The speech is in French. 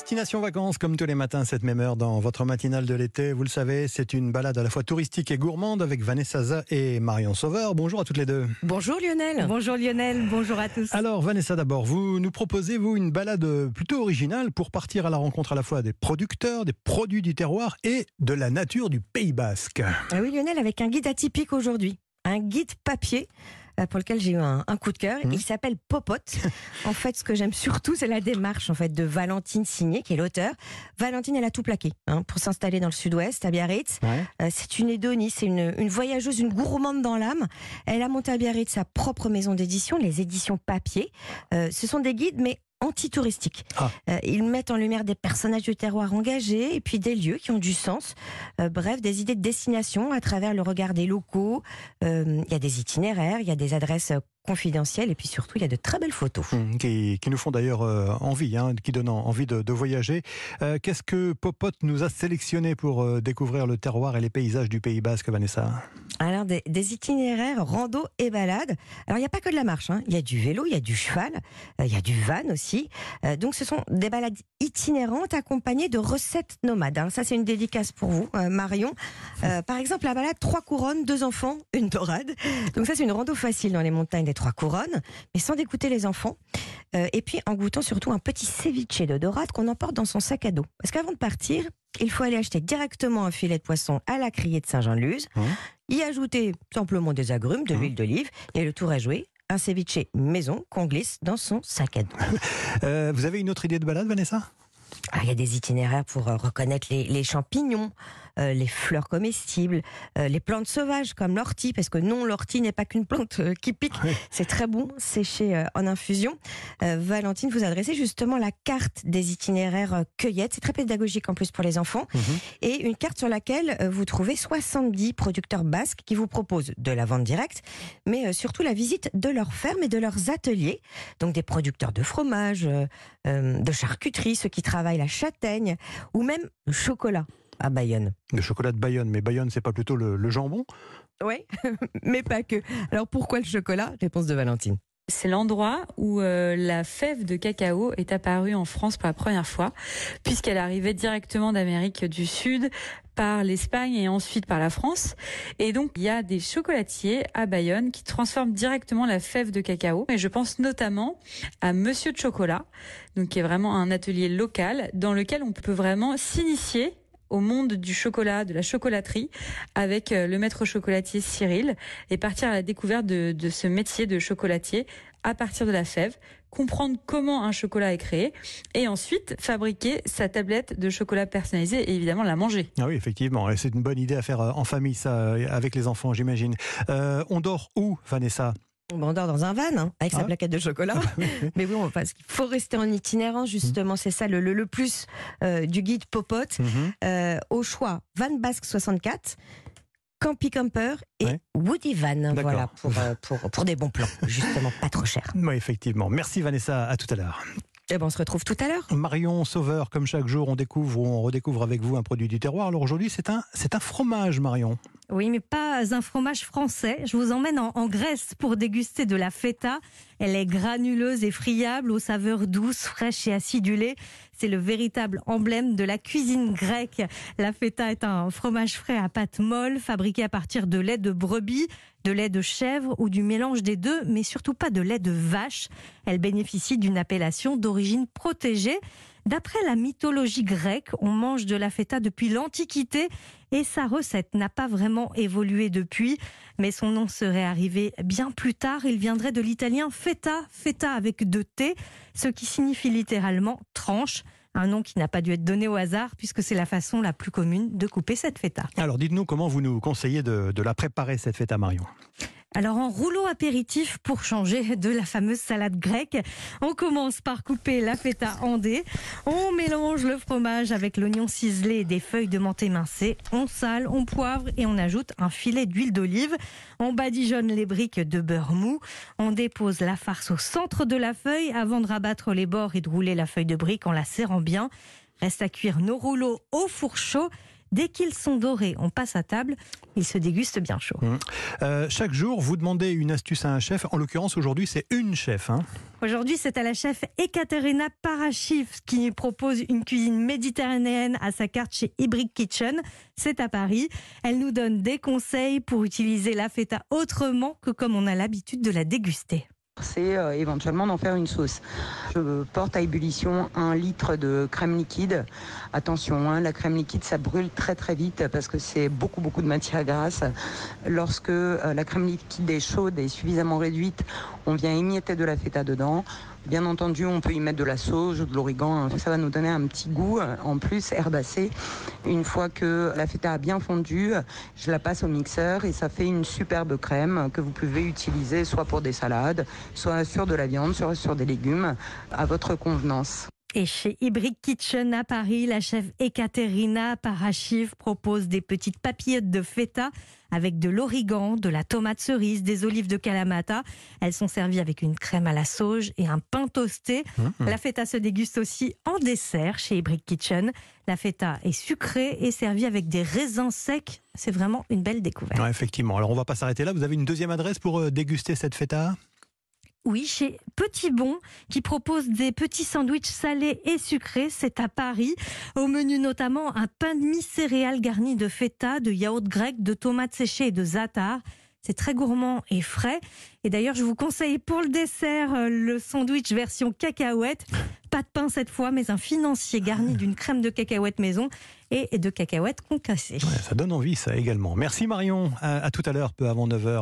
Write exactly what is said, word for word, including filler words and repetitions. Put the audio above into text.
Destination vacances, comme tous les matins, cette même heure dans votre matinale de l'été. Vous le savez, c'est une balade à la fois touristique et gourmande avec Vanessa Za et Marion Sauveur. Bonjour à toutes les deux. Bonjour Lionel. Bonjour Lionel, bonjour à tous. Alors Vanessa, d'abord, vous nous proposez, vous, une balade plutôt originale pour partir à la rencontre à la fois des producteurs, des produits du terroir et de la nature du Pays Basque. Ah oui Lionel, avec un guide atypique aujourd'hui. Un guide papier pour lequel j'ai eu un, un coup de cœur. Mmh. Il s'appelle Popote. En fait, ce que j'aime surtout, c'est la démarche en fait, de Valentine Signé, qui est l'auteur. Valentine, elle a tout plaqué hein, pour s'installer dans le sud-ouest, à Biarritz. Ouais. Euh, c'est une hédonie, c'est une, une voyageuse, une gourmande dans l'âme. Elle a monté à Biarritz sa propre maison d'édition, les éditions papier. Euh, ce sont des guides, mais anti-touristiques. Ah. Euh, ils mettent en lumière des personnages du terroir engagés et puis des lieux qui ont du sens. Euh, bref, des idées de destination à travers le regard des locaux. Il euh, y a des itinéraires, il y a des adresses confidentielles et puis surtout, il y a de très belles photos. Mmh, qui, qui nous font d'ailleurs euh, envie, hein, qui donnent envie de, de voyager. Euh, qu'est-ce que Popote nous a sélectionné pour euh, découvrir le terroir et les paysages du Pays Basque, Vanessa ? Alors, des, des itinéraires, rando et balade. Alors, il n'y a pas que de la marche. Hein. Il y a du vélo, il y a du cheval, euh, il y a du van aussi. Euh, donc, ce sont des balades itinérantes accompagnées de recettes nomades. Alors, ça, c'est une dédicace pour vous, euh, Marion. Euh, par exemple, la balade Trois Couronnes, deux enfants, une dorade. Donc, ça, c'est une rando facile dans les montagnes des Trois Couronnes, mais sans dégoûter les enfants. Euh, et puis, en goûtant surtout un petit ceviche de dorade qu'on emporte dans son sac à dos. Parce qu'avant de partir, il faut aller acheter directement un filet de poisson à la criée de Saint-Jean-de-Luz, mmh. y ajouter simplement des agrumes, de mmh. l'huile d'olive, et le tour est joué. Un ceviche maison qu'on glisse dans son sac à dos. euh, vous avez une autre idée de balade, Vanessa ? Ah, il y a des itinéraires pour euh, reconnaître les, les champignons, euh, les fleurs comestibles, euh, les plantes sauvages comme l'ortie, parce que non, l'ortie n'est pas qu'une plante euh, qui pique, oui. C'est très bon, séché euh, en infusion. Euh, Valentine vous adressez justement la carte des itinéraires euh, cueillettes, c'est très pédagogique en plus pour les enfants, mmh. et une carte sur laquelle euh, vous trouvez soixante-dix producteurs basques qui vous proposent de la vente directe, mais euh, surtout la visite de leurs fermes et de leurs ateliers, donc des producteurs de fromage, euh, euh, de charcuterie, ceux qui travaillent la châtaigne, ou même le chocolat à Bayonne. Le chocolat de Bayonne, mais Bayonne, c'est pas plutôt le, le jambon ? Oui, mais pas que. Alors pourquoi le chocolat ? Réponse de Valentine. C'est l'endroit où euh, la fève de cacao est apparue en France pour la première fois, puisqu'elle arrivait directement d'Amérique du Sud par l'Espagne et ensuite par la France. Et donc, il y a des chocolatiers à Bayonne qui transforment directement la fève de cacao. Et je pense notamment à Monsieur de Chocolat, donc qui est vraiment un atelier local dans lequel on peut vraiment s'initier au monde du chocolat, de la chocolaterie, avec le maître chocolatier Cyril, et partir à la découverte de, de ce métier de chocolatier à partir de la fève, comprendre comment un chocolat est créé, et ensuite fabriquer sa tablette de chocolat personnalisée et évidemment la manger. Ah oui, effectivement, et c'est une bonne idée à faire en famille, ça, avec les enfants, j'imagine. Euh, on dort où, Vanessa ? On dort dans un van, hein, avec ah. sa plaquette de chocolat. Mais bon, parce qu'il faut rester en itinérance, justement, mmh. c'est ça le, le, le plus euh, du guide Popote. Mmh. Euh, au choix, Van Basque soixante-quatre, Campy Camper et ouais. Woody Van. Voilà, pour, euh, pour, pour des bons plans, justement, pas trop cher. Oui, effectivement. Merci Vanessa, à tout à l'heure. Et ben on se retrouve tout à l'heure. Marion Sauveur, comme chaque jour, on découvre ou on redécouvre avec vous un produit du terroir. Alors aujourd'hui, c'est un, c'est un fromage, Marion. Oui, mais pas un fromage français. Je vous emmène en, en Grèce pour déguster de la feta. Elle est granuleuse et friable, aux saveurs douces, fraîches et acidulées. C'est le véritable emblème de la cuisine grecque. La feta est un fromage frais à pâte molle, fabriqué à partir de lait de brebis, de lait de chèvre ou du mélange des deux, mais surtout pas de lait de vache. Elle bénéficie d'une appellation d'origine protégée. D'après la mythologie grecque, on mange de la feta depuis l'Antiquité et sa recette n'a pas vraiment évolué depuis. Mais son nom serait arrivé bien plus tard. Il viendrait de l'italien feta, feta avec deux T, ce qui signifie littéralement tranche. Un nom qui n'a pas dû être donné au hasard puisque c'est la façon la plus commune de couper cette feta. Alors dites-nous comment vous nous conseillez de, de la préparer cette feta, Marion. Alors en rouleau apéritif pour changer de la fameuse salade grecque, on commence par couper la feta en dés, on mélange le fromage avec l'oignon ciselé et des feuilles de menthe émincées, on sale, on poivre et on ajoute un filet d'huile d'olive, on badigeonne les briques de beurre mou, on dépose la farce au centre de la feuille avant de rabattre les bords et de rouler la feuille de brique en la serrant bien. Reste à cuire nos rouleaux au four chaud. Dès qu'ils sont dorés, on passe à table. Ils se dégustent bien chaud. Mmh. Euh, chaque jour, vous demandez une astuce à un chef. En l'occurrence, aujourd'hui, c'est une chef. Hein. Aujourd'hui, c'est à la chef Ekaterina Paraschiv qui propose une cuisine méditerranéenne à sa carte chez Hybrid Kitchen. C'est à Paris. Elle nous donne des conseils pour utiliser la feta autrement que comme on a l'habitude de la déguster. C'est euh, éventuellement d'en faire une sauce. Je porte à ébullition un litre de crème liquide. Attention, hein, la crème liquide, ça brûle très très vite parce que c'est beaucoup beaucoup de matière grasse. Lorsque euh, la crème liquide est chaude et suffisamment réduite, on vient émietter de la feta dedans. Bien entendu, on peut y mettre de la sauge ou de l'origan. Ça va nous donner un petit goût, en plus herbacé. Une fois que la feta a bien fondu, je la passe au mixeur et ça fait une superbe crème que vous pouvez utiliser soit pour des salades, soit sur de la viande, soit sur des légumes, à votre convenance. Et chez Hybrid Kitchen à Paris, la chef Ekaterina Paraschiv propose des petites papillotes de feta avec de l'origan, de la tomate cerise, des olives de Kalamata. Elles sont servies avec une crème à la sauge et un pain toasté. Mmh. La feta se déguste aussi en dessert chez Hybrid Kitchen. La feta est sucrée et servie avec des raisins secs. C'est vraiment une belle découverte. Ouais, effectivement. Alors on ne va pas s'arrêter là. Vous avez une deuxième adresse pour euh, déguster cette feta ? Oui, chez Petit Bon, qui propose des petits sandwichs salés et sucrés. C'est à Paris. Au menu notamment un pain de mie céréales garni de feta, de yaourt grec, de tomates séchées et de za'atar. C'est très gourmand et frais. Et d'ailleurs, je vous conseille pour le dessert le sandwich version cacahuète. Pas de pain cette fois, mais un financier garni d'une crème de cacahuète maison et de cacahuètes concassées. Ouais, ça donne envie, ça également. Merci Marion. À, à tout à l'heure, peu avant neuf heures.